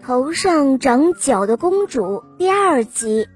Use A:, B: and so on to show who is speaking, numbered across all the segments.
A: 头上长角的公主第2集。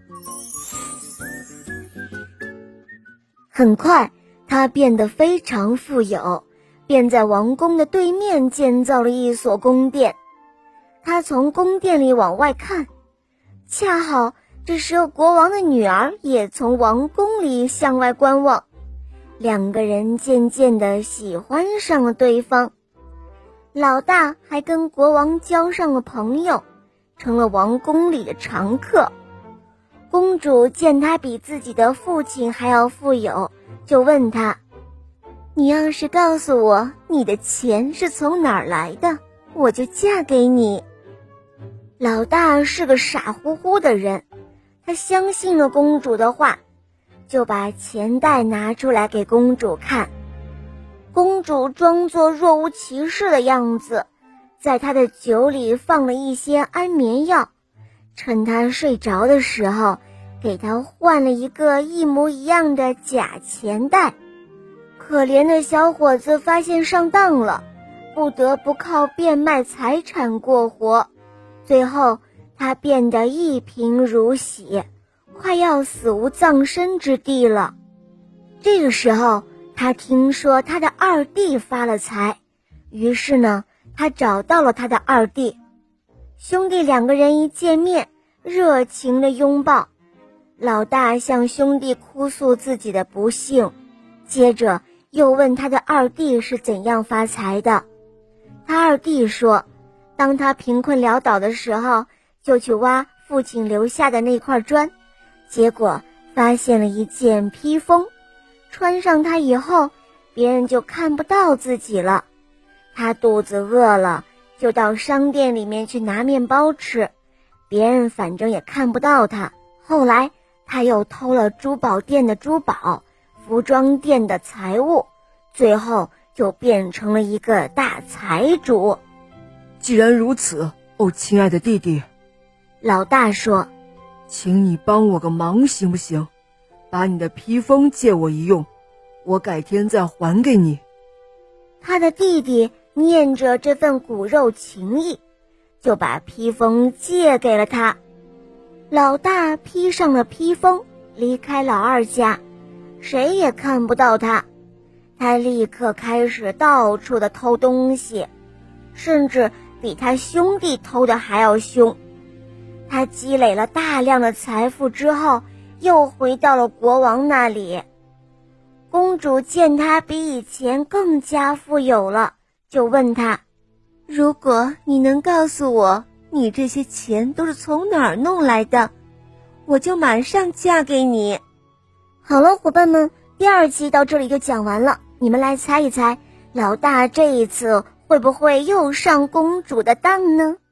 A: 很快，她变得非常富有，便在王宫的对面建造了一所宫殿。她从宫殿里往外看，恰好这时候国王的女儿也从王宫里向外观望，两个人渐渐地喜欢上了对方。老大还跟国王交上了朋友，成了王宫里的常客。公主见他比自己的父亲还要富有，就问他：你要是告诉我你的钱是从哪儿来的，我就嫁给你。老大是个傻乎乎的人，他相信了公主的话，就把钱袋拿出来给公主看。公主装作若无其事的样子，在她的酒里放了一些安眠药，趁她睡着的时候，给她换了一个一模一样的假钱袋。可怜的小伙子发现上当了，不得不靠变卖财产过活。最后他变得一贫如洗，快要死无葬身之地了。这个时候他听说他的二弟发了财，于是呢，他找到了他的二弟。兄弟两个人一见面，热情的拥抱。老大向兄弟哭诉自己的不幸，接着又问他的二弟是怎样发财的。他二弟说，当他贫困潦倒的时候，就去挖父亲留下的那块砖，结果发现了一件披风，穿上它以后，别人就看不到自己了。他肚子饿了，就到商店里面去拿面包吃，别人反正也看不到他。后来他又偷了珠宝店的珠宝，服装店的财物，最后就变成了一个大财主。
B: 既然如此，亲爱的弟弟，
A: 老大说，
B: 请你帮我个忙行不行？把你的披风借我一用，我改天再还给你。
A: 他的弟弟念着这份骨肉情谊，就把披风借给了他。老大披上了披风，离开老二家，谁也看不到他。他立刻开始到处的偷东西，甚至比他兄弟偷的还要凶。他积累了大量的财富之后，又回到了国王那里。公主见他比以前更加富有了，就问他：如果你能告诉我你这些钱都是从哪儿弄来的，我就马上嫁给你。好了，伙伴们，第2集到这里就讲完了，你们来猜一猜，老大这一次会不会又上公主的当呢？